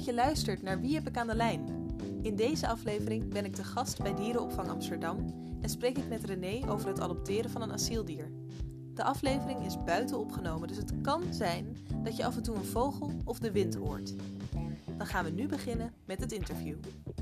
dat je luistert naar Wie heb ik aan de lijn? In deze aflevering ben ik te gast bij Dierenopvang Amsterdam en spreek ik met René over het adopteren van een asieldier. De aflevering is buiten opgenomen, dus het kan zijn dat je af en toe een vogel of de wind hoort. Dan gaan we nu beginnen met het interview.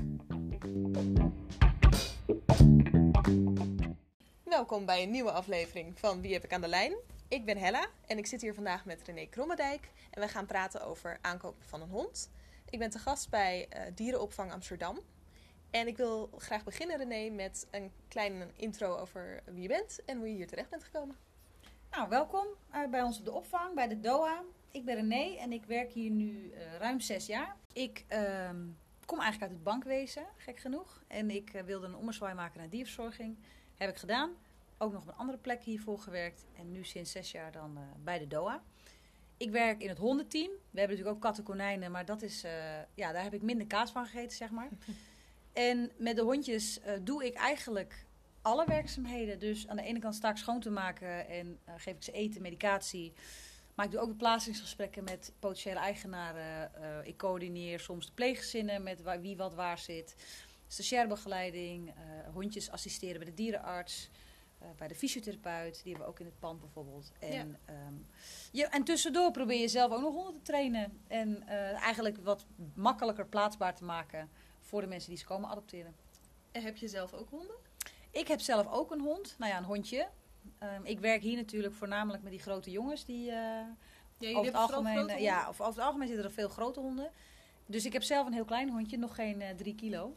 Welkom bij een nieuwe aflevering van Wie heb ik aan de lijn? Ik ben Hella en ik zit hier vandaag met René Krommedijk en we gaan praten over aankopen van een hond. Ik ben te gast bij Dierenopvang Amsterdam en ik wil graag beginnen, René, met een kleine intro over wie je bent en hoe je hier terecht bent gekomen. Nou, welkom bij ons op de opvang, bij de DOA. Ik ben René en ik werk hier nu ruim 6 jaar. Ik kom eigenlijk uit het bankwezen, gek genoeg. En ik wilde een ommezwaai maken naar dierverzorging. Heb ik gedaan. Ook nog op een andere plek hiervoor gewerkt. En nu sinds 6 jaar dan bij de DOA. Ik werk in het hondenteam. We hebben natuurlijk ook katten, konijnen, maar dat is, daar heb ik minder kaas van gegeten, zeg maar. En met de hondjes doe ik eigenlijk alle werkzaamheden. Dus aan de ene kant sta ik schoon te maken en geef ik ze eten, medicatie. Maar ik doe ook de plaatsingsgesprekken met potentiële eigenaren. Ik coördineer soms de pleeggezinnen met wie wat waar zit. Stagiaire begeleiding, hondjes assisteren bij de dierenarts, bij de fysiotherapeut. Die hebben we ook in het pand bijvoorbeeld. En, en tussendoor probeer je zelf ook nog honden te trainen. En eigenlijk wat makkelijker plaatsbaar te maken voor de mensen die ze komen adopteren. En heb je zelf ook honden? Ik heb zelf ook een hond. Nou ja, een hondje. Ik werk hier natuurlijk voornamelijk met die grote jongens. Die over het algemeen zitten er veel grote honden. Dus ik heb zelf een heel klein hondje, nog geen 3 kilo.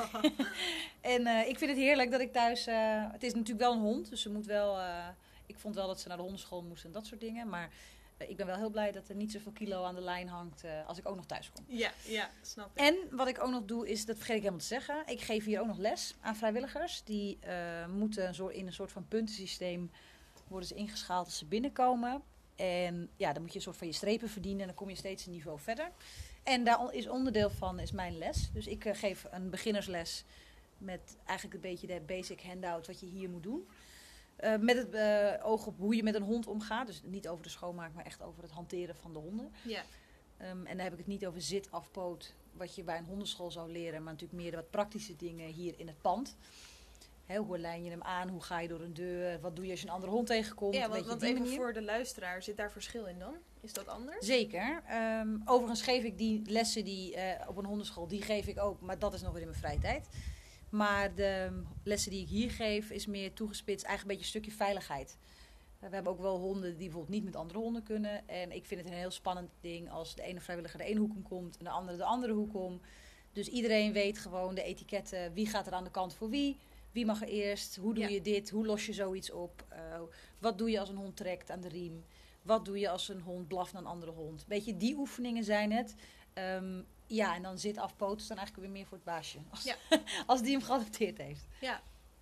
En ik vind het heerlijk dat ik thuis... het is natuurlijk wel een hond, dus ze moet wel... ik vond wel dat ze naar de hondenschool moesten en dat soort dingen. Maar ik ben wel heel blij dat er niet zoveel kilo aan de lijn hangt als ik ook nog thuis kom. Ja, snap ik. En wat ik ook nog doe is, dat vergeet ik helemaal te zeggen. Ik geef hier ook nog les aan vrijwilligers. Die moeten in een soort van puntensysteem worden ze ingeschaald als ze binnenkomen. En ja, dan moet je een soort van je strepen verdienen en dan kom je steeds een niveau verder. En daar is onderdeel van is mijn les. Dus ik geef een beginnersles met eigenlijk een beetje de basic handout wat je hier moet doen. Met het oog op hoe je met een hond omgaat. Dus niet over de schoonmaak, maar echt over het hanteren van de honden. Ja. En dan heb ik het niet over zit, afpoot, wat je bij een hondenschool zou leren. Maar natuurlijk meer de wat praktische dingen hier in het pand. Hoe lijn je hem aan? Hoe ga je door een deur? Wat doe je als je een andere hond tegenkomt? Ja, want even voor de luisteraar, zit daar verschil in dan? Is dat anders? Zeker. Overigens geef ik die lessen die op een hondenschool, die geef ik ook. Maar dat is nog weer in mijn vrije tijd. Maar de lessen die ik hier geef is meer toegespitst, eigenlijk een beetje een stukje veiligheid. We hebben ook wel honden die bijvoorbeeld niet met andere honden kunnen. En ik vind het een heel spannend ding als de ene vrijwilliger de ene hoek om komt en de andere de andere hoek om. Dus iedereen weet gewoon de etiketten. Wie gaat er aan de kant voor wie? Wie mag er eerst? Hoe doe je dit? Hoe los je zoiets op? Wat doe je als een hond trekt aan de riem? Wat doe je als een hond blaft naar een andere hond? Weet je, die oefeningen zijn het. En dan zit afpoten dan eigenlijk weer meer voor het baasje. Als die hem geadopteerd heeft. Ja.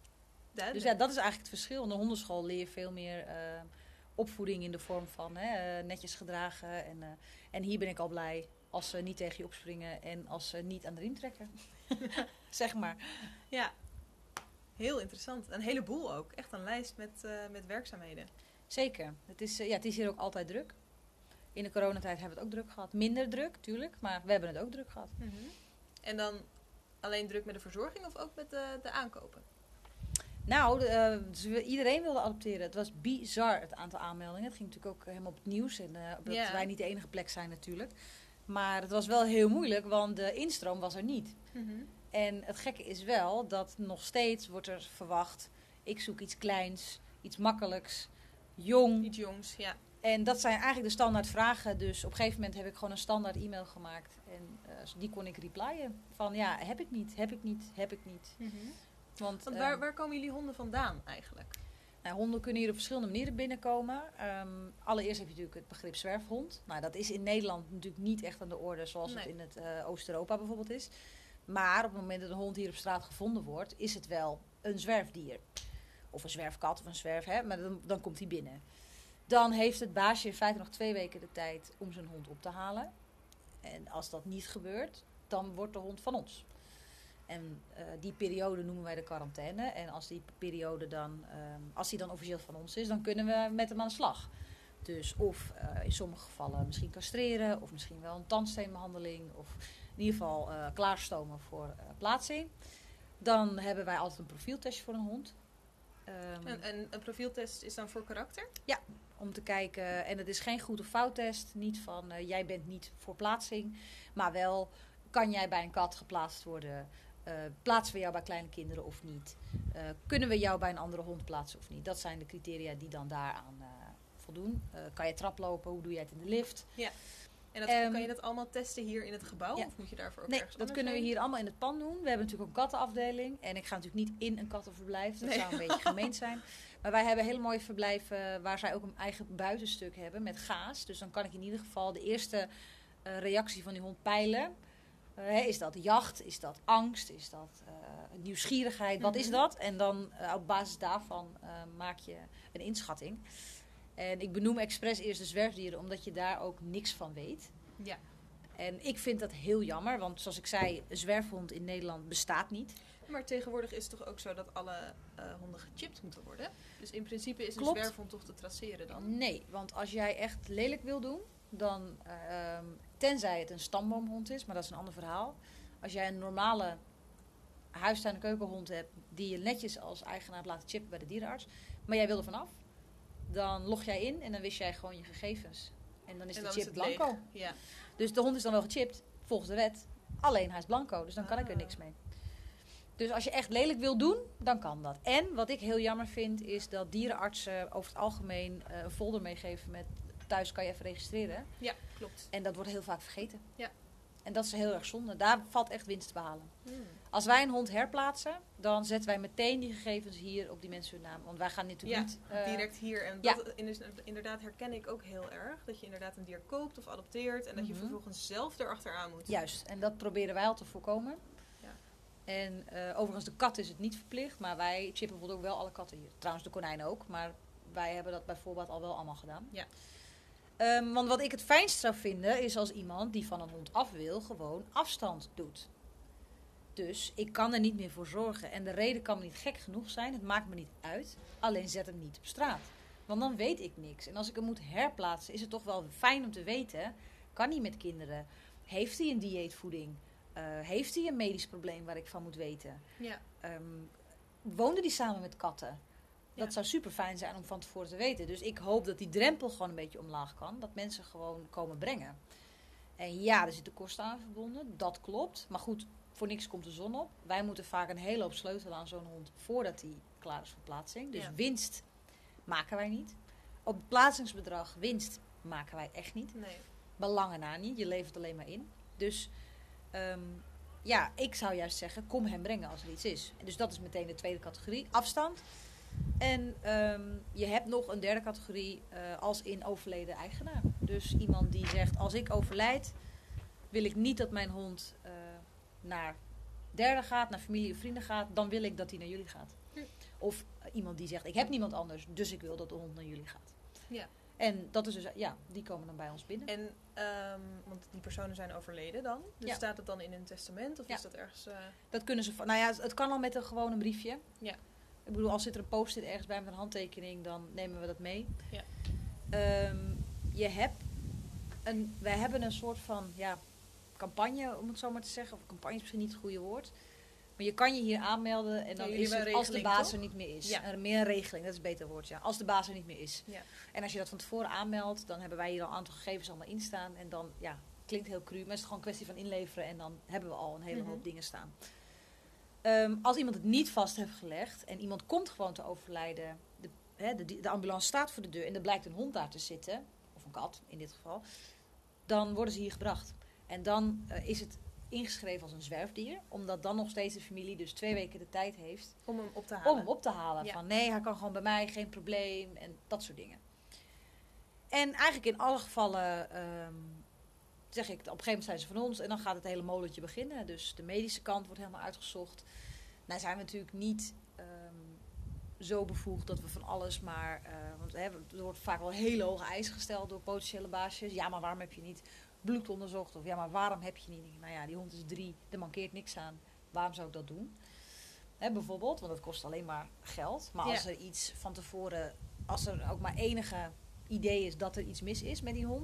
Dus ja, dat is eigenlijk het verschil. In de hondenschool leer je veel meer opvoeding in de vorm van netjes gedragen. En hier ben ik al blij als ze niet tegen je opspringen en als ze niet aan de riem trekken. Zeg maar. Ja. Heel interessant. Een heleboel ook. Echt een lijst met werkzaamheden. Zeker. Het is hier ook altijd druk. In de coronatijd hebben we het ook druk gehad. Minder druk, tuurlijk. Maar we hebben het ook druk gehad. Mm-hmm. En dan alleen druk met de verzorging of ook met de aankopen? Nou, iedereen wilde adopteren. Het was bizar, het aantal aanmeldingen. Het ging natuurlijk ook helemaal op het nieuws. En dat wij niet de enige plek zijn natuurlijk. Maar het was wel heel moeilijk, want de instroom was er niet. Mm-hmm. En het gekke is wel dat nog steeds wordt er verwacht, ik zoek iets kleins, iets makkelijks, jong. Iets jongs, ja. En dat zijn eigenlijk de standaard vragen. Dus op een gegeven moment heb ik gewoon een standaard e-mail gemaakt. En die kon ik replyen. Van heb ik niet. Mm-hmm. Want waar komen jullie honden vandaan eigenlijk? Nou, honden kunnen hier op verschillende manieren binnenkomen. Allereerst heb je natuurlijk het begrip zwerfhond. Nou, dat is in Nederland natuurlijk niet echt aan de orde zoals het in het Oost-Europa bijvoorbeeld is. Maar op het moment dat een hond hier op straat gevonden wordt, is het wel een zwerfdier. Of een zwerfkat of een zwerf, maar dan komt hij binnen. Dan heeft het baasje in feite nog 2 weken de tijd om zijn hond op te halen. En als dat niet gebeurt, dan wordt de hond van ons. En die periode noemen wij de quarantaine. En als die periode dan, als die dan officieel van ons is, dan kunnen we met hem aan de slag. Dus of in sommige gevallen misschien castreren, of misschien wel een tandsteenbehandeling. Of in in ieder geval klaarstomen voor plaatsing. Dan hebben wij altijd een profieltestje voor een hond. Een profieltest is dan voor karakter? Ja, om te kijken. En het is geen goed of fout test. Niet van jij bent niet voor plaatsing. Maar wel, kan jij bij een kat geplaatst worden? Plaatsen we jou bij kleine kinderen of niet? Kunnen we jou bij een andere hond plaatsen of niet? Dat zijn de criteria die dan daaraan voldoen. Kan je traplopen? Hoe doe jij het in de lift? Ja. En kan je dat allemaal testen hier in het gebouw? Ja. Of moet je daarvoor ook Nee, ergens dat kunnen we hier allemaal in het pand doen. We hebben natuurlijk ook een kattenafdeling. En ik ga natuurlijk niet in een kattenverblijf. Dat zou een beetje gemeen zijn. Maar wij hebben hele mooie verblijven waar zij ook een eigen buitenstuk hebben met gaas. Dus dan kan ik in ieder geval de eerste reactie van die hond peilen. Is dat jacht? Is dat angst? Is dat nieuwsgierigheid? Wat is dat? En dan op basis daarvan maak je een inschatting. En ik benoem expres eerst de zwerfdieren, omdat je daar ook niks van weet. Ja. En ik vind dat heel jammer, want zoals ik zei, een zwerfhond in Nederland bestaat niet. Maar tegenwoordig is het toch ook zo dat alle honden gechipt moeten worden? Dus in principe is een Klopt. zwerfhond toch te traceren dan? Nee, want als jij echt lelijk wil doen, dan, tenzij het een stamboomhond is, maar dat is een ander verhaal. Als jij een normale huistuin- en keukenhond hebt, die je netjes als eigenaar hebt laten chippen bij de dierenarts, maar jij wil er vanaf, dan log jij in en dan wist jij gewoon je gegevens. En dan is de chip blanco. Leeg. Ja. Dus de hond is dan wel gechipt, volgens de wet. Alleen hij is blanco, dus dan kan ik er niks mee. Dus als je echt lelijk wil doen, dan kan dat. En wat ik heel jammer vind, is dat dierenartsen over het algemeen een folder meegeven met thuis kan je even registreren. Ja, klopt. En dat wordt heel vaak vergeten. Ja. En dat is heel erg zonde. Daar valt echt winst te behalen. Als wij een hond herplaatsen, dan zetten wij meteen die gegevens hier op die mensen hun naam. Want wij gaan natuurlijk niet... direct hier. En ja. dat inderdaad herken ik ook heel erg. Dat je inderdaad een dier koopt of adopteert. En dat je vervolgens zelf erachteraan moet. Juist. En dat proberen wij al te voorkomen. Ja. En overigens, de kat is het niet verplicht. Maar wij chippen bijvoorbeeld ook wel alle katten hier. Trouwens, de konijnen ook. Maar wij hebben dat bijvoorbeeld al wel allemaal gedaan. Ja. Want wat ik het fijnst zou vinden, is als iemand die van een hond af wil, gewoon afstand doet. Dus ik kan er niet meer voor zorgen. En de reden kan me niet gek genoeg zijn. Het maakt me niet uit. Alleen zet hem niet op straat. Want dan weet ik niks. En als ik hem moet herplaatsen, is het toch wel fijn om te weten. Kan hij met kinderen? Heeft hij een dieetvoeding? Heeft hij een medisch probleem waar ik van moet weten? Ja. Woonde die samen met katten? Ja. Dat zou super fijn zijn om van tevoren te weten. Dus ik hoop dat die drempel gewoon een beetje omlaag kan. Dat mensen gewoon komen brengen. En ja, er zitten kosten aan verbonden. Dat klopt. Maar goed, voor niks komt de zon op. Wij moeten vaak een hele hoop sleutelen aan zo'n hond voordat hij klaar is voor plaatsing. Dus winst maken wij niet. Op het plaatsingsbedrag winst maken wij echt niet. Nee. Belangen na niet. Je levert alleen maar in. Dus ik zou juist zeggen, kom hem brengen als er iets is. En dus dat is meteen de tweede categorie. Afstand. En je hebt nog een derde categorie als in overleden eigenaar. Dus iemand die zegt, als ik overlijd, wil ik niet dat mijn hond naar derde gaat, naar familie of vrienden gaat. Dan wil ik dat hij naar jullie gaat. Of iemand die zegt, ik heb niemand anders, dus ik wil dat de hond naar jullie gaat. Ja. En dat is dus, die komen dan bij ons binnen. En, want die personen zijn overleden dan. Dus staat het dan in een testament? Of is dat ergens... Dat kunnen ze, het kan al met een gewoon een briefje. Ja. Ik bedoel, als zit er een post-it ergens bij met een handtekening, dan nemen we dat mee. Ja. Wij hebben een soort van campagne, om het zo maar te zeggen. Of campagne is misschien niet het goede woord. Maar je kan je hier aanmelden en dan is het als de baas er niet meer is. Ja. Meer een regeling, dat is een beter woord. Ja. Als de baas er niet meer is. Ja. En als je dat van tevoren aanmeldt, dan hebben wij hier al een aantal gegevens allemaal in staan. En dan, klinkt heel cru, maar het is gewoon een kwestie van inleveren. En dan hebben we al een hele hoop dingen staan. Als iemand het niet vast heeft gelegd en iemand komt gewoon te overlijden, de ambulance staat voor de deur en er blijkt een hond daar te zitten, of een kat in dit geval, dan worden ze hier gebracht. En dan is het ingeschreven als een zwerfdier, omdat dan nog steeds de familie dus 2 weken de tijd heeft om hem op te halen. Ja. Van nee, hij kan gewoon bij mij, geen probleem en dat soort dingen. En eigenlijk in alle gevallen zeg ik, op een gegeven moment zijn ze van ons en dan gaat het hele molentje beginnen. Dus de medische kant wordt helemaal uitgezocht. Nou zijn we natuurlijk niet zo bevoegd dat we van alles maar... want er wordt vaak wel hele hoge eisen gesteld door potentiële baasjes. Ja, maar waarom heb je niet bloed onderzocht? Of ja, maar waarom heb je niet... Nou ja, die hond is 3, er mankeert niks aan. Waarom zou ik dat doen? Bijvoorbeeld, want dat kost alleen maar geld. Maar als er iets van tevoren... Als er ook maar enige idee is dat er iets mis is met die hond...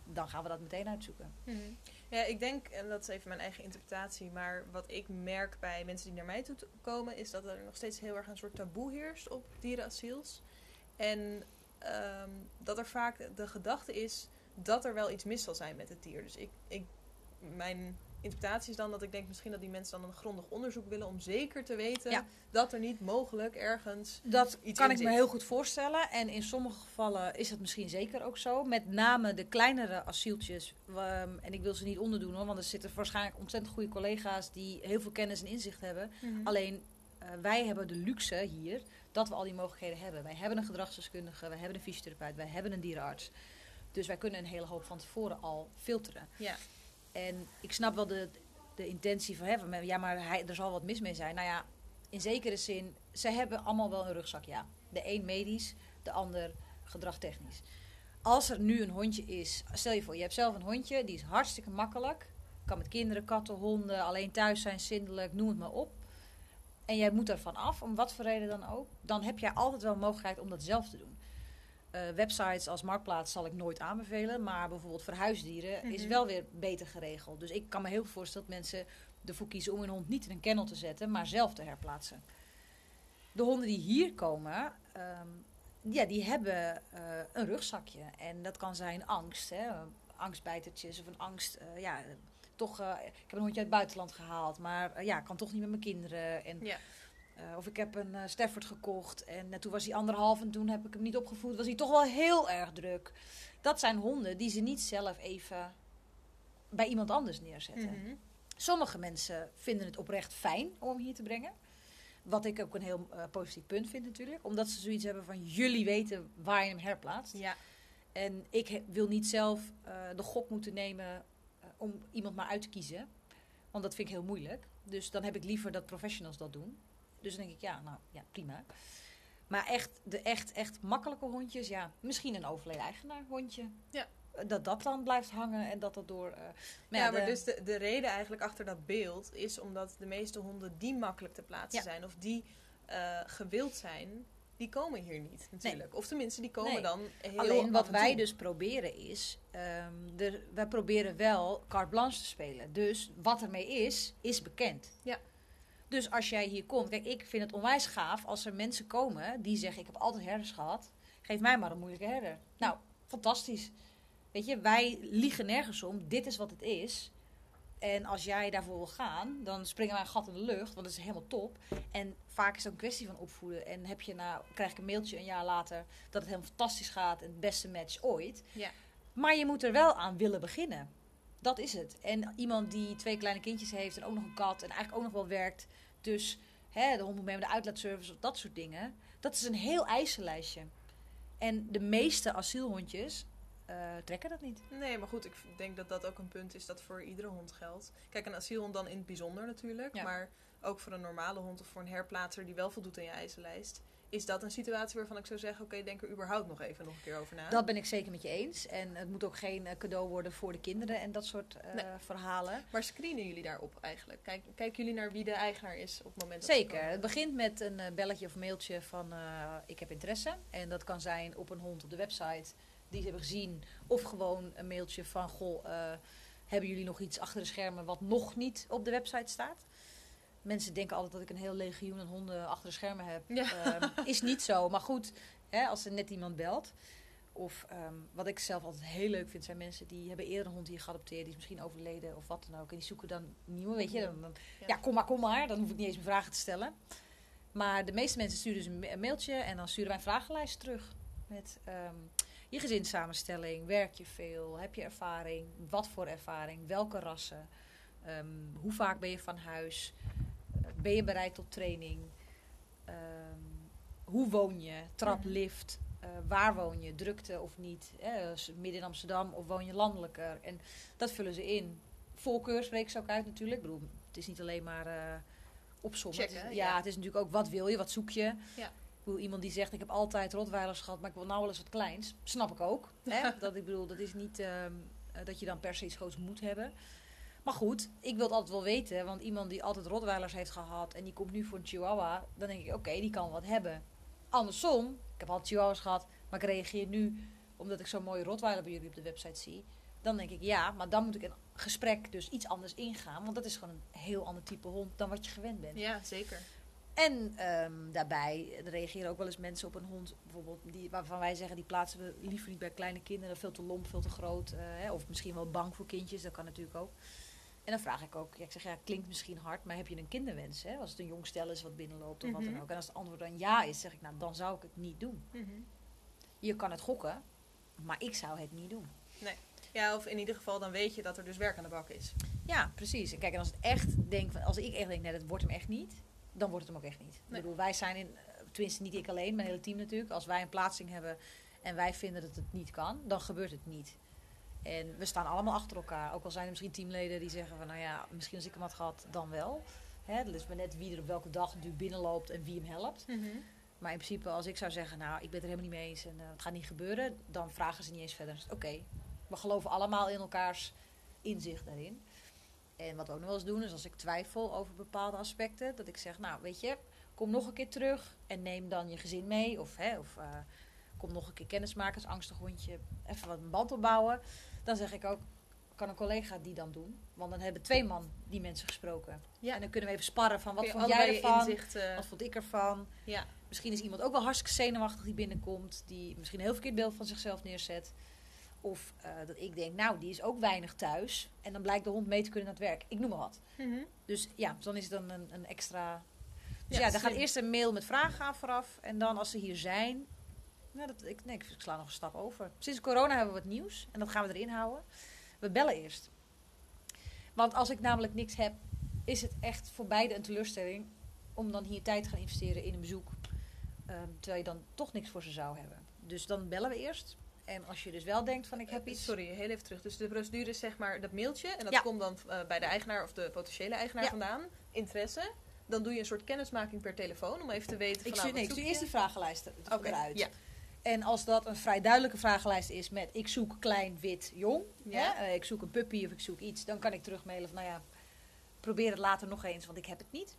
dan gaan we dat meteen uitzoeken. Ja, ik denk, en dat is even mijn eigen interpretatie, maar wat ik merk bij mensen die naar mij toe komen, is dat er nog steeds heel erg een soort taboe heerst op dierenasiels. En dat er vaak de gedachte is dat er wel iets mis zal zijn met het dier. Dus mijn interpretatie is dan dat ik denk misschien dat die mensen dan een grondig onderzoek willen om zeker te weten dat er niet mogelijk ergens dat iets kan in ik zit. me heel goed voorstellen. En in sommige gevallen is het misschien zeker ook zo. Met name de kleinere asieltjes. En ik wil ze niet onderdoen hoor. Want er zitten waarschijnlijk ontzettend goede collega's die heel veel kennis en inzicht hebben. Alleen wij hebben de luxe hier dat we al die mogelijkheden hebben. Wij hebben een gedragsdeskundige, wij hebben een fysiotherapeut, wij hebben een dierenarts. Dus wij kunnen een hele hoop van tevoren al filteren. Ja. En ik snap wel de intentie van er zal wat mis mee zijn. Nou ja, in zekere zin, ze hebben allemaal wel een rugzak, ja. De een medisch, de ander gedragtechnisch. Als er nu een hondje is, stel je voor, je hebt zelf een hondje, die is hartstikke makkelijk. Kan met kinderen, katten, honden, alleen thuis zijn, zindelijk, noem het maar op. En jij moet ervan af, om wat voor reden dan ook. Dan heb jij altijd wel een mogelijkheid om dat zelf te doen. Websites als Marktplaats zal ik nooit aanbevelen. Maar bijvoorbeeld voor huisdieren is wel weer beter geregeld. Dus ik kan me heel goed voorstellen dat mensen ervoor kiezen om hun hond niet in een kennel te zetten, maar zelf te herplaatsen. De honden die hier komen, die hebben een rugzakje. En dat kan zijn angst, angstbijtertjes of een angst. Ik heb een hondje uit het buitenland gehaald, maar ik kan toch niet met mijn kinderen. En, of ik heb een Stafford gekocht en toen was hij 1,5 en toen heb ik hem niet opgevoed. Was hij toch wel heel erg druk. Dat zijn honden die ze niet zelf even bij iemand anders neerzetten. Sommige mensen vinden het oprecht fijn om hem hier te brengen. Wat ik ook een heel positief punt vind natuurlijk. Omdat ze zoiets hebben van jullie weten waar je hem herplaatst. Ja. En ik wil niet zelf de gok moeten nemen om iemand maar uit te kiezen. Want dat vind ik heel moeilijk. Dus dan heb ik liever dat professionals dat doen. Dus dan denk ik, prima. Maar echt, de echt makkelijke hondjes, misschien een overleden eigenaar hondje. Ja. Dat dan blijft hangen en dat door... maar dus de reden eigenlijk achter dat beeld is omdat de meeste honden die makkelijk te plaatsen zijn of die gewild zijn, die komen hier niet natuurlijk. Nee. Of tenminste, die komen dan heel Alleen wat wij dus proberen is, wij proberen wel carte blanche te spelen. Dus wat ermee is bekend. Ja. Dus als jij hier komt, kijk, ik vind het onwijs gaaf als er mensen komen die zeggen, ik heb altijd herders gehad, geef mij maar een moeilijke herder. Nou, fantastisch. Weet je, wij liegen nergens om, dit is wat het is. En als jij daarvoor wil gaan, dan springen wij een gat in de lucht, want dat is helemaal top. En vaak is het ook een kwestie van opvoeden. En krijg ik een mailtje een jaar later dat het helemaal fantastisch gaat en het beste match ooit. Ja. Maar je moet er wel aan willen beginnen. Dat is het. En iemand die 2 kleine kindjes heeft en ook nog een kat en eigenlijk ook nog wel werkt. Dus de hond moet mee met de uitlaatservice of dat soort dingen. Dat is een heel eisenlijstje. En de meeste asielhondjes trekken dat niet. Nee, maar goed, ik denk dat dat ook een punt is dat voor iedere hond geldt. Kijk, een asielhond dan in het bijzonder natuurlijk. Ja. Maar ook voor een normale hond of voor een herplaatser die wel voldoet aan je eisenlijst. Is dat een situatie waarvan ik zou zeggen, oké, denk er überhaupt nog een keer over na. Dat ben ik zeker met je eens. En het moet ook geen cadeau worden voor de kinderen en dat soort verhalen. Maar screenen jullie daarop eigenlijk? Kijken jullie naar wie de eigenaar is op het moment dat zeker. Het begint met een belletje of mailtje van ik heb interesse. En dat kan zijn op een hond op de website die ze hebben gezien. Of gewoon een mailtje van, hebben jullie nog iets achter de schermen wat nog niet op de website staat? Mensen denken altijd dat ik een heel legioen aan honden achter de schermen heb. Ja. Is niet zo. Maar goed, als er net iemand belt. Of wat ik zelf altijd heel leuk vind, zijn mensen die hebben eerder een hond hier geadopteerd. Die is misschien overleden of wat dan ook. En die zoeken dan nieuwe, weet je. Kom maar. Dan hoef ik niet eens mijn vragen te stellen. Maar de meeste mensen sturen dus een mailtje. En dan sturen wij een vragenlijst terug. Met je gezinssamenstelling. Werk je veel? Heb je ervaring? Wat voor ervaring? Welke rassen? Hoe vaak ben je van huis? Ben je bereid tot training? Hoe woon je? Trap, lift? Waar woon je? Drukte of niet? Midden in Amsterdam of woon je landelijker? En dat vullen ze in. Voorkeur spreek ze ook uit natuurlijk. Ik bedoel, het is niet alleen maar opzommen. Het is natuurlijk ook wat wil je? Wat zoek je? Ja. Ik bedoel, iemand die zegt ik heb altijd Rottweilers gehad, maar ik wil nou wel eens wat kleins. Snap ik ook. Dat is niet dat je dan per se iets groots moet hebben. Maar goed, ik wil het altijd wel weten. Want iemand die altijd Rottweilers heeft gehad en die komt nu voor een Chihuahua, dan denk ik, oké, die kan wat hebben. Andersom, ik heb altijd Chihuahuas gehad, maar ik reageer nu, omdat ik zo'n mooie Rottweiler bij jullie op de website zie, Dan denk ik ja, maar dan moet ik een gesprek dus iets anders ingaan. Want dat is gewoon een heel ander type hond dan wat je gewend bent. Ja, zeker. En daarbij reageren ook wel eens mensen op een hond bijvoorbeeld waarvan wij zeggen die plaatsen we liever niet bij kleine kinderen. Veel te lomp, veel te groot. Of misschien wel bang voor kindjes, dat kan natuurlijk ook. En dan vraag ik ook, ik zeg klinkt misschien hard, maar heb je een kinderwens? Hè? Als het een jong stel is wat binnenloopt of wat dan ook. En als het antwoord dan ja is, zeg ik nou dan zou ik het niet doen. Je kan het gokken, maar ik zou het niet doen. Nee. Ja, of in ieder geval dan weet je dat er dus werk aan de bak is. Ja, precies. En kijk, en als ik echt denk, nee, dat wordt hem echt niet, dan wordt het hem ook echt niet. Nee. Ik bedoel, wij zijn tenminste niet ik alleen, mijn hele team natuurlijk. Als wij een plaatsing hebben en wij vinden dat het niet kan, dan gebeurt het niet. En we staan allemaal achter elkaar. Ook al zijn er misschien teamleden die zeggen van, nou ja, misschien als ik hem had gehad, dan wel. Dat is maar net wie er op welke dag natuurlijk binnenloopt en wie hem helpt. Maar in principe, als ik zou zeggen, nou, ik ben het er helemaal niet mee eens en het gaat niet gebeuren, dan vragen ze niet eens verder. Oké, we geloven allemaal in elkaars inzicht daarin. En wat we ook nog wel eens doen, is als ik twijfel over bepaalde aspecten, dat ik zeg, nou, weet je, kom nog een keer terug en neem dan je gezin mee. Of kom nog een keer kennismaken als angstig hondje, even wat een band opbouwen. Dan zeg ik ook, kan een collega die dan doen? Want dan hebben 2 man die mensen gesproken. Ja. En dan kunnen we even sparren van, wat Kun je vond jij allebei ervan? inzichten. Wat vond ik ervan? Ja. Misschien is iemand ook wel hartstikke zenuwachtig die binnenkomt, die misschien een heel verkeerd beeld van zichzelf neerzet. Of dat ik denk, nou, die is ook weinig thuis. En dan blijkt de hond mee te kunnen naar het werk. Ik noem maar wat. Dus ja, dan is het dan een extra. Dus ja, dan gaat eerst een mail met vragen aan vooraf. En dan als ze hier zijn. Nou, ik sla nog een stap over. Sinds corona hebben we wat nieuws. En dat gaan we erin houden. We bellen eerst. Want als ik namelijk niks heb, is het echt voor beide een teleurstelling om dan hier tijd te gaan investeren in een bezoek. Terwijl je dan toch niks voor ze zou hebben. Dus dan bellen we eerst. En als je dus wel denkt van ik heb iets. Sorry, heel even terug. Dus de procedure is zeg maar dat mailtje. En dat komt dan bij de eigenaar of de potentiële eigenaar vandaan. Interesse. Dan doe je een soort kennismaking per telefoon. Om even te weten van Ik stuur eerst die vragenlijst eruit. Ja. En als dat een vrij duidelijke vragenlijst is met ik zoek klein, wit, jong. Ja. Ik zoek een puppy of ik zoek iets. Dan kan ik terugmailen van nou ja, probeer het later nog eens, want ik heb het niet.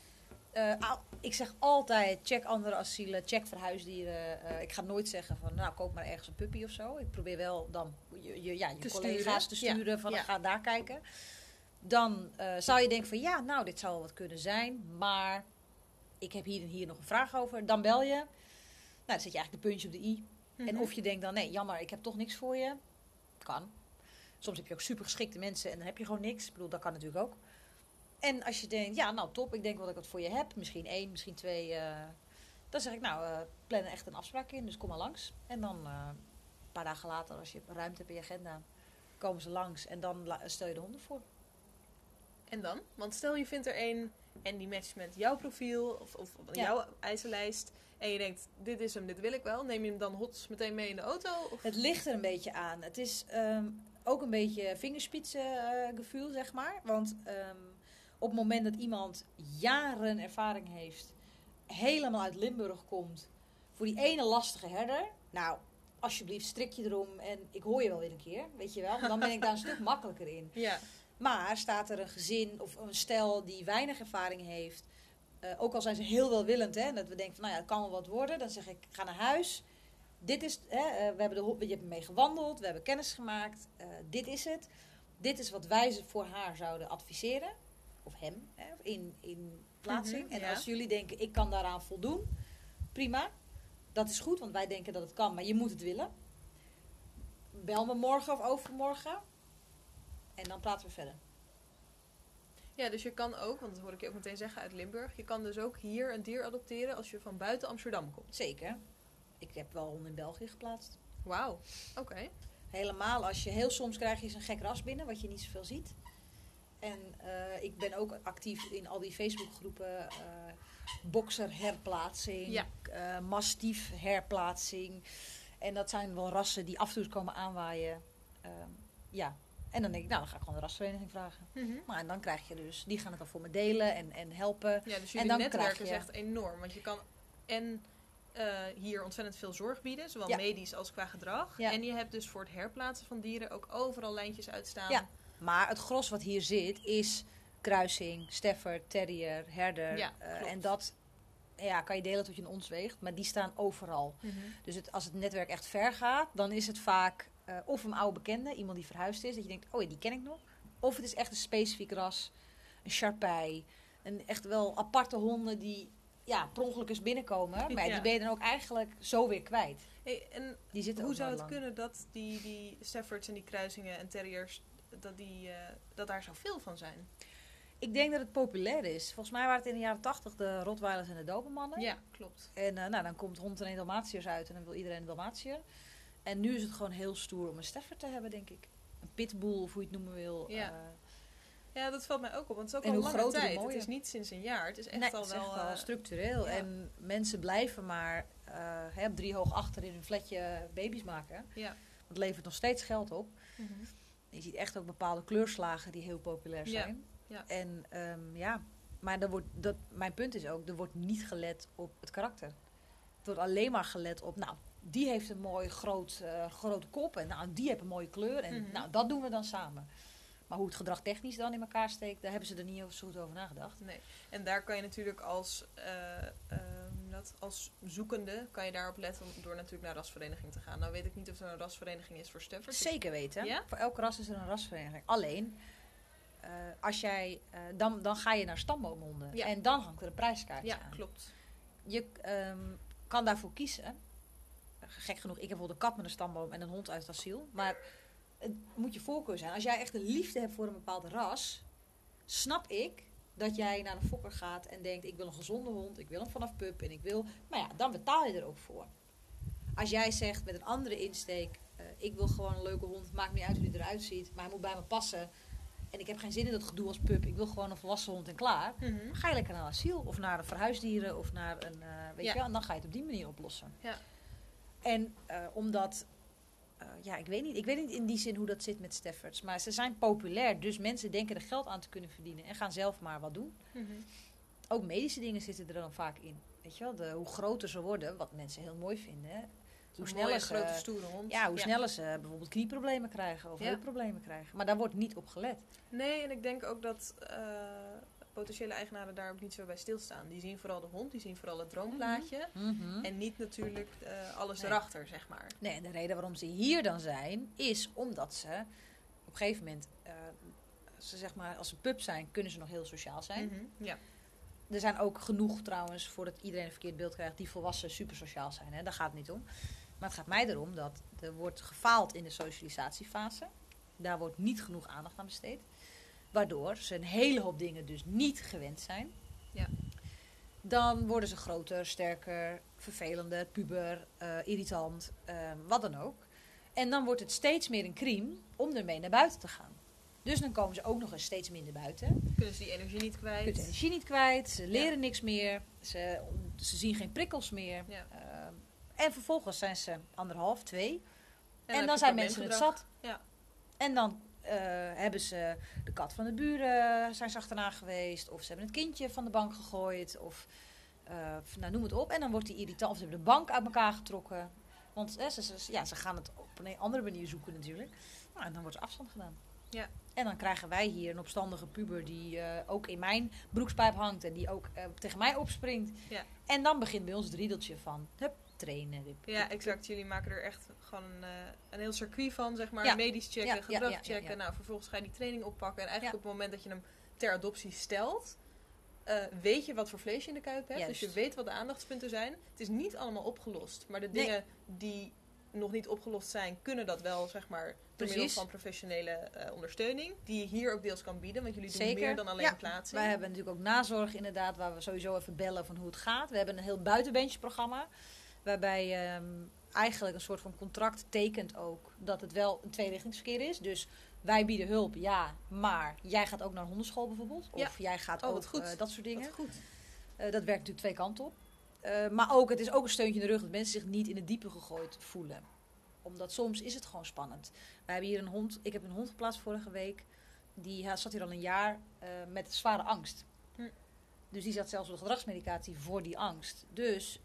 Ik zeg altijd, check andere asielen, check verhuisdieren. Ik ga nooit zeggen van, nou, koop maar ergens een puppy of zo. Ik probeer wel dan je collega's te sturen van, ga daar kijken. Dan zou je denken van, ja, nou, dit zou wel wat kunnen zijn. Maar ik heb hier nog een vraag over. Dan bel je. Nou, dan zet je eigenlijk de puntje op de i. En of je denkt dan, nee, jammer, ik heb toch niks voor je. Kan. Soms heb je ook super geschikte mensen en dan heb je gewoon niks. Ik bedoel, dat kan natuurlijk ook. En als je denkt, ja, nou top, ik denk wel dat ik wat voor je heb. Misschien 1, misschien 2. Dan zeg ik, nou, plan echt een afspraak in. Dus kom maar langs. En dan een paar dagen later, als je ruimte hebt in je agenda, komen ze langs. En dan stel je de honden voor. En dan? Want stel je vindt er één en die matcht met jouw profiel of jouw eisenlijst. En je denkt, dit is hem, dit wil ik wel. Neem je hem dan hots meteen mee in de auto? Of? Het ligt er een beetje aan. Het is ook een beetje vingerspitsengevoel, zeg maar. Want op het moment dat iemand jaren ervaring heeft, helemaal uit Limburg komt, voor die ene lastige herder, nou, alsjeblieft, strik je erom en ik hoor je wel weer een keer, weet je wel. Dan ben ik daar een stuk makkelijker in. Ja. Maar staat er een gezin of een stel die weinig ervaring heeft, ook al zijn ze heel welwillend, hè, en dat we denken van, nou ja, het kan wel wat worden, dan zeg ik, ga naar huis. Dit is, je hebt mee gewandeld, we hebben kennis gemaakt, dit is het. Dit is wat wij voor haar zouden adviseren. Of hem, in plaatsing. En als jullie denken, ik kan daaraan voldoen, prima. Dat is goed, want wij denken dat het kan, maar je moet het willen. Bel me morgen of overmorgen. En dan praten we verder. Ja, dus je kan ook, want dat hoor ik je ook meteen zeggen uit Limburg, je kan dus ook hier een dier adopteren als je van buiten Amsterdam komt. Zeker. Ik heb wel honden in België geplaatst. Wauw, oké. Helemaal als je heel soms krijg je eens een gek ras binnen, wat je niet zoveel ziet. En ik ben ook actief in al die Facebookgroepen. Bokser herplaatsing, mastief herplaatsing. En dat zijn wel rassen die af en toe komen aanwaaien. En dan denk ik, nou, dan ga ik gewoon de rasvereniging vragen. Maar en dan krijg je dus, die gaan het dan voor me delen en helpen. Ja, dus jullie netwerk is echt enorm. Want je kan hier ontzettend veel zorg bieden, zowel medisch als qua gedrag. Ja. En je hebt dus voor het herplaatsen van dieren ook overal lijntjes uitstaan. Ja, maar het gros wat hier zit is kruising, stafford, terrier, herder. Ja, en dat kan je delen tot je een ons weegt, maar die staan overal. Dus als het netwerk echt ver gaat, dan is het vaak of een oude bekende, iemand die verhuisd is. Dat je denkt, oh ja, die ken ik nog. Of het is echt een specifiek ras. Een Sharpei. Een echt wel aparte honden die per ongeluk eens binnenkomen. Maar die ben je dan ook eigenlijk zo weer kwijt. Hey, en die zitten hoe ook zou nooit het lang. kunnen dat die Staffords en die kruisingen en terriers, dat daar zoveel van zijn? Ik denk dat het populair is. Volgens mij waren het in de jaren 80 de Rottweilers en de Dobermannen. Ja, klopt. En dan komt hond en een Dalmatiërs uit en dan wil iedereen een Dalmatiër. En nu is het gewoon heel stoer om een Stafford te hebben, denk ik. Een pitbull, of hoe je het noemen wil. Ja, dat valt mij ook op, want het is ook En al hoe lange groter, hoe tijd. Het mooier. is niet sinds een jaar. Het is echt Nee, al het is wel... echt wel structureel. ja. En mensen blijven maar op 3 hoog achter in hun flatje baby's maken. Ja. Het levert nog steeds geld op. Mhm. Je ziet echt ook bepaalde kleurslagen die heel populair zijn. Ja. En maar mijn punt is ook, er wordt niet gelet op het karakter. Het wordt alleen maar gelet op, nou, die heeft een mooi grote kop en nou, die heeft een mooie kleur. En nou, dat doen we dan samen. Maar hoe het gedrag technisch dan in elkaar steekt, daar hebben ze er niet zo goed over nagedacht. Nee. En daar kan je natuurlijk als zoekende kan je daarop letten door natuurlijk naar rasvereniging te gaan. Nou weet ik niet of er een rasvereniging is voor Staffords. Zeker weten. Ja? Voor elk ras is er een rasvereniging. Alleen, als jij, dan ga je naar stamboomhonden. Ja. En dan hangt er een prijskaartje Ja, aan. klopt. Je kan daarvoor kiezen. Gek genoeg, ik heb bijvoorbeeld een kat met een stamboom en een hond uit het asiel. Maar het moet je voorkeur zijn. Als jij echt een liefde hebt voor een bepaald ras, snap ik dat jij naar een fokker gaat en denkt, ik wil een gezonde hond, ik wil hem vanaf pup en ik wil... Maar ja, dan betaal je er ook voor. Als jij zegt met een andere insteek, ik wil gewoon een leuke hond, maakt niet uit hoe hij eruit ziet, maar hij moet bij me passen. En ik heb geen zin in dat gedoe als pup, ik wil gewoon een volwassen hond en klaar. Mhm. Dan ga je lekker naar een asiel of naar een verhuisdieren of naar een, weet je wel, en dan ga je het op die manier oplossen. Ja. En omdat, ik weet niet in die zin hoe dat zit met Staffords, maar ze zijn populair, dus mensen denken er geld aan te kunnen verdienen en gaan zelf maar wat doen. Mhm. Ook medische dingen zitten er dan vaak in. Weet je wel, hoe groter ze worden, wat mensen heel mooi vinden, hè? Hoe sneller ze, grote stoere hond. ja, hoe sneller ze bijvoorbeeld knieproblemen krijgen of heupproblemen krijgen. Maar daar wordt niet op gelet. Nee, en ik denk ook dat potentiële eigenaren daar ook niet zo bij stilstaan. Die zien vooral de hond, die zien vooral het droomplaatje. En niet natuurlijk alles erachter, zeg maar. Nee, en de reden waarom ze hier dan zijn, is omdat ze op een gegeven moment, zeg maar, als ze pup zijn, kunnen ze nog heel sociaal zijn. Mhm. Ja. Er zijn ook genoeg trouwens, voordat iedereen een verkeerd beeld krijgt, die volwassen super sociaal zijn. Hè? Daar gaat het niet om. Maar het gaat mij erom dat er wordt gefaald in de socialisatiefase. Daar wordt niet genoeg aandacht aan besteed. Waardoor ze een hele hoop dingen dus niet gewend zijn. Ja. Dan worden ze groter, sterker, vervelender, puber, irritant, wat dan ook. En dan wordt het steeds meer een crime om ermee naar buiten te gaan. Dus dan komen ze ook nog eens steeds minder buiten. Kunnen ze die energie niet kwijt. Kunnen de energie niet kwijt, ze leren niks meer, ze zien geen prikkels meer. Ja. En vervolgens zijn ze 1,5, 2. En heb dan je zijn mensen het probleemgedrag. zat. Ja. En dan hebben ze de kat van de buren zijn ze achterna geweest. Of ze hebben het kindje van de bank gegooid. Of noem het op. En dan wordt die irritant. Of ze hebben de bank uit elkaar getrokken. Want ze gaan het op een andere manier zoeken natuurlijk. Nou, en dan wordt er afstand gedaan. Ja. En dan krijgen wij hier een opstandige puber die ook in mijn broekspijp hangt. En die ook tegen mij opspringt. Ja. En dan begint bij ons het riedeltje van trainen. Ja, exact. Jullie maken er echt gewoon een heel circuit van, zeg maar. Ja. Medisch checken, Ja, gedrag ja, ja, checken. ja. Nou, vervolgens ga je die training oppakken. En eigenlijk Ja. op het moment dat je hem ter adoptie stelt, weet je wat voor vlees je in de kuip hebt. Juist. Dus je weet wat de aandachtspunten zijn. Het is niet allemaal opgelost. Maar de dingen die nog niet opgelost zijn, kunnen dat wel, zeg maar, door middel van professionele ondersteuning. Die je hier ook deels kan bieden, want jullie doen meer dan alleen plaatsing. Wij hebben natuurlijk ook nazorg inderdaad, waar we sowieso even bellen van hoe het gaat. We hebben een heel buitenbeentjesprogramma, waarbij eigenlijk een soort van contract tekent ook dat het wel een tweerichtingsverkeer is. Dus wij bieden hulp, ja, maar jij gaat ook naar een hondenschool bijvoorbeeld. Of jij gaat ook dat soort dingen. Wat goed. Dat werkt natuurlijk twee kanten op. Maar ook, het is ook een steuntje in de rug dat mensen zich niet in het diepe gegooid voelen. Omdat soms is het gewoon spannend. Wij hebben hier een hond, ik heb een hond geplaatst vorige week. Die zat hier al een jaar met zware angst. Dus die zat zelfs op gedragsmedicatie voor die angst. Dus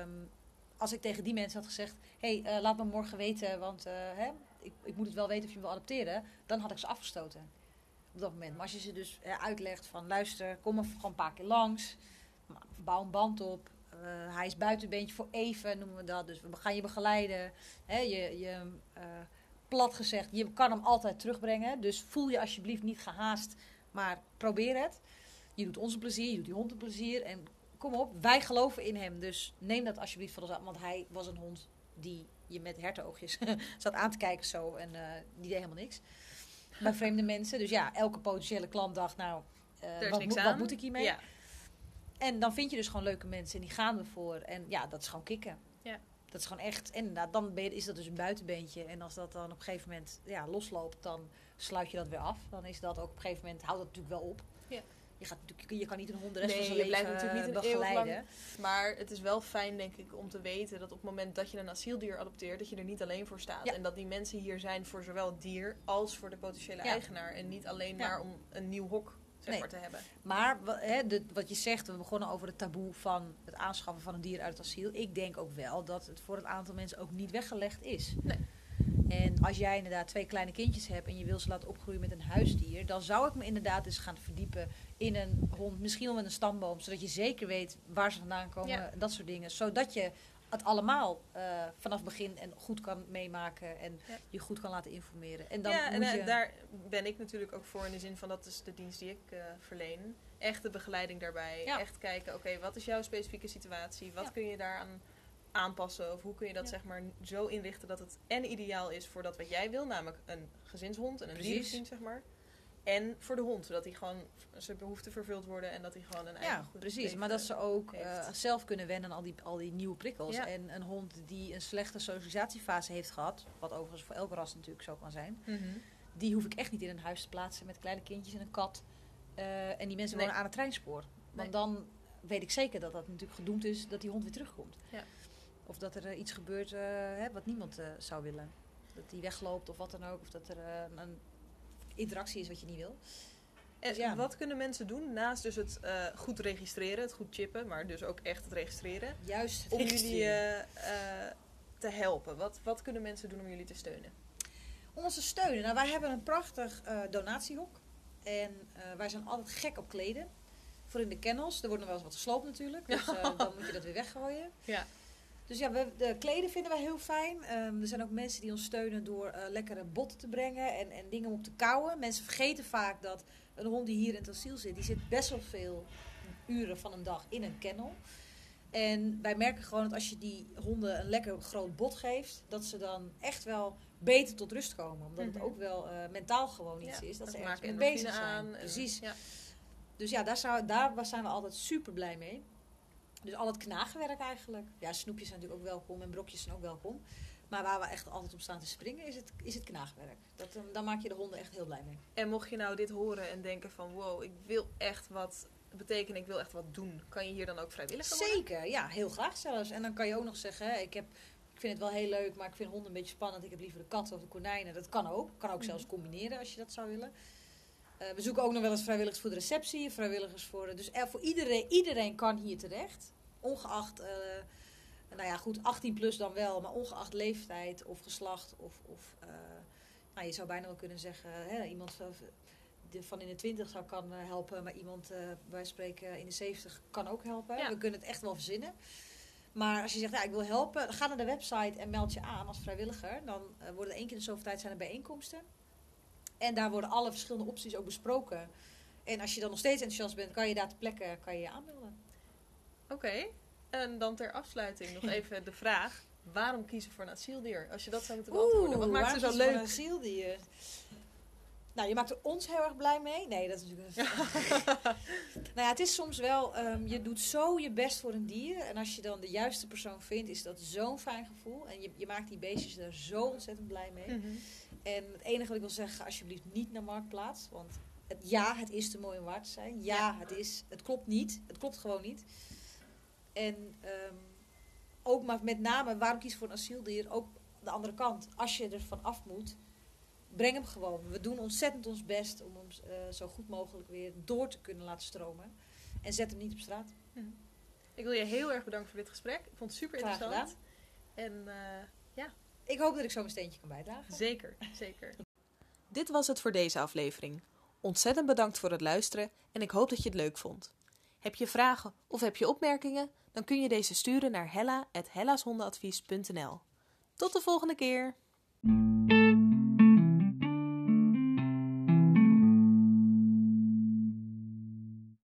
als ik tegen die mensen had gezegd, laat me morgen weten, want ik moet het wel weten of je me wil adopteren. Dan had ik ze afgestoten op dat moment. Maar als je ze dus uitlegt van, luister, kom er gewoon een paar keer langs. Bouw een band op. Hij is buitenbeentje voor even, noemen we dat. Dus we gaan je begeleiden. Je plat gezegd, je kan hem altijd terugbrengen. Dus voel je alsjeblieft niet gehaast, maar probeer het. Je doet ons een plezier, je doet die hond een plezier. En kom op, wij geloven in hem. Dus neem dat alsjeblieft van ons aan. Want hij was een hond die je met hertenoogjes zat aan te kijken zo. En die deed helemaal niks. Bij vreemde mensen. Dus ja, elke potentiële klant dacht, nou, wat moet ik hiermee? Ja. En dan vind je dus gewoon leuke mensen en die gaan ervoor. En ja, dat is gewoon kicken. Ja. Dat is gewoon echt. En inderdaad, dan is dat dus een buitenbeentje. En als dat dan op een gegeven moment losloopt, dan sluit je dat weer af. Dan is dat ook op een gegeven moment, houdt dat natuurlijk wel op. Ja. Je kan niet een hond de rest van zijn je leven blijft natuurlijk niet een eeuwig begeleiden. lang. Maar het is wel fijn, denk ik, om te weten dat op het moment dat je een asieldier adopteert, dat je er niet alleen voor staat. Ja. En dat die mensen hier zijn voor zowel het dier als voor de potentiële eigenaar. En niet alleen maar om een nieuw hok maar te hebben. Maar wat je zegt, we begonnen over het taboe van het aanschaffen van een dier uit het asiel. Ik denk ook wel dat het voor het aantal mensen ook niet weggelegd is. Nee. En als jij inderdaad 2 kleine kindjes hebt en je wil ze laten opgroeien met een huisdier, dan zou ik me inderdaad eens gaan verdiepen in een hond, misschien wel met een stamboom, zodat je zeker weet waar ze vandaan komen, dat soort dingen. Zodat je het allemaal vanaf het begin en goed kan meemaken en je goed kan laten informeren. En dan daar ben ik natuurlijk ook voor in de zin van, dat is de dienst die ik verleen. Echt de begeleiding daarbij. Ja. Echt kijken, oké, wat is jouw specifieke situatie? Wat kun je daaraan aanpassen? Of hoe kun je dat zeg maar zo inrichten dat het en ideaal is voor dat wat jij wil, namelijk een gezinshond en een dierenvriend, zeg maar. En voor de hond, zodat hij gewoon zijn behoeften vervuld worden en dat hij gewoon een eigen goed leven maar dat ze ook heeft. zelf kunnen wennen aan al die nieuwe prikkels. Ja. En een hond die een slechte socialisatiefase heeft gehad, wat overigens voor elke ras natuurlijk zo kan zijn, die hoef ik echt niet in een huis te plaatsen met kleine kindjes en een kat. En die mensen wonen aan het treinspoor. Want dan weet ik zeker dat dat natuurlijk gedoemd is dat die hond weer terugkomt. Ja. Of dat er iets gebeurt wat niemand zou willen. Dat die wegloopt of wat dan ook. Of dat er een interactie is wat je niet wil. En wat kunnen mensen doen naast dus het goed registreren, het goed chippen, maar dus ook echt het registreren? Juist het om jullie te helpen. Wat kunnen mensen doen om jullie te steunen? Om ons te steunen? Nou, wij hebben een prachtig donatiehok. En wij zijn altijd gek op kleden. Voor in de kennels. Er wordt nog wel eens wat gesloopt natuurlijk. Dus dan moet je dat weer weggooien. Ja. Dus ja, de kleden vinden wij heel fijn. Er zijn ook mensen die ons steunen door lekkere botten te brengen en dingen om op te kauwen. Mensen vergeten vaak dat een hond die hier in het asiel zit, die zit best wel veel uren van een dag in een kennel. En wij merken gewoon dat als je die honden een lekker groot bot geeft, dat ze dan echt wel beter tot rust komen. Omdat het ook wel mentaal gewoon iets is. Dat ze ergens mee bezig zijn. Precies. Ja. Dus ja, daar zijn we altijd super blij mee. Dus al het knaagwerk eigenlijk. Ja, snoepjes zijn natuurlijk ook welkom en brokjes zijn ook welkom. Maar waar we echt altijd op staan te springen is het knaagwerk. Dan maak je de honden echt heel blij mee. En mocht je nou dit horen en denken van wow, ik wil echt wat betekenen, ik wil echt wat doen. Kan je hier dan ook vrijwilliger worden? Zeker, ja, heel graag zelfs. En dan kan je ook nog zeggen, ik vind het wel heel leuk, maar ik vind honden een beetje spannend. Ik heb liever de katten of de konijnen. Dat kan ook. Kan ook zelfs combineren als je dat zou willen. We zoeken ook nog wel eens vrijwilligers voor de receptie. Vrijwilligers voor... Dus voor iedereen kan hier terecht. Ongeacht, 18 plus dan wel, maar ongeacht leeftijd of geslacht of je zou bijna wel kunnen zeggen, iemand van in de 20 kan helpen, maar iemand, wij spreken in de 70, kan ook helpen. Ja. We kunnen het echt wel verzinnen. Maar als je zegt, ik wil helpen, ga naar de website en meld je aan als vrijwilliger. Dan worden 1 keer in de zoveel tijd zijn er bijeenkomsten. En daar worden alle verschillende opties ook besproken. En als je dan nog steeds enthousiast bent, kan je daar ter plekke je aanmelden. Oké. En dan ter afsluiting nog even de vraag. Waarom kiezen voor een asieldier? Als je dat zou moeten beantwoorden. Wat maakt het zo leuk? Voor een asieldier? Nou, je maakt er ons heel erg blij mee. Nee, dat is natuurlijk... het is soms wel... je doet zo je best voor een dier. En als je dan de juiste persoon vindt, is dat zo'n fijn gevoel. En je maakt die beestjes er zo ontzettend blij mee. Mm-hmm. En het enige wat ik wil zeggen, alsjeblieft niet naar Marktplaats. Want het is te mooi om waar te zijn. Het klopt niet. Het klopt gewoon niet. En ook maar met name, waarom kies je voor een asieldier? Ook de andere kant. Als je er van af moet, breng hem gewoon. We doen ontzettend ons best om hem zo goed mogelijk weer door te kunnen laten stromen. En zet hem niet op straat. Ik wil je heel erg bedanken voor dit gesprek. Ik vond het super interessant. En ik hoop dat ik zo mijn steentje kan bijdragen. Zeker, zeker. Dit was het voor deze aflevering. Ontzettend bedankt voor het luisteren en ik hoop dat je het leuk vond. Heb je vragen of heb je opmerkingen? Dan kun je deze sturen naar hella@hellashondenadvies.nl. Tot de volgende keer!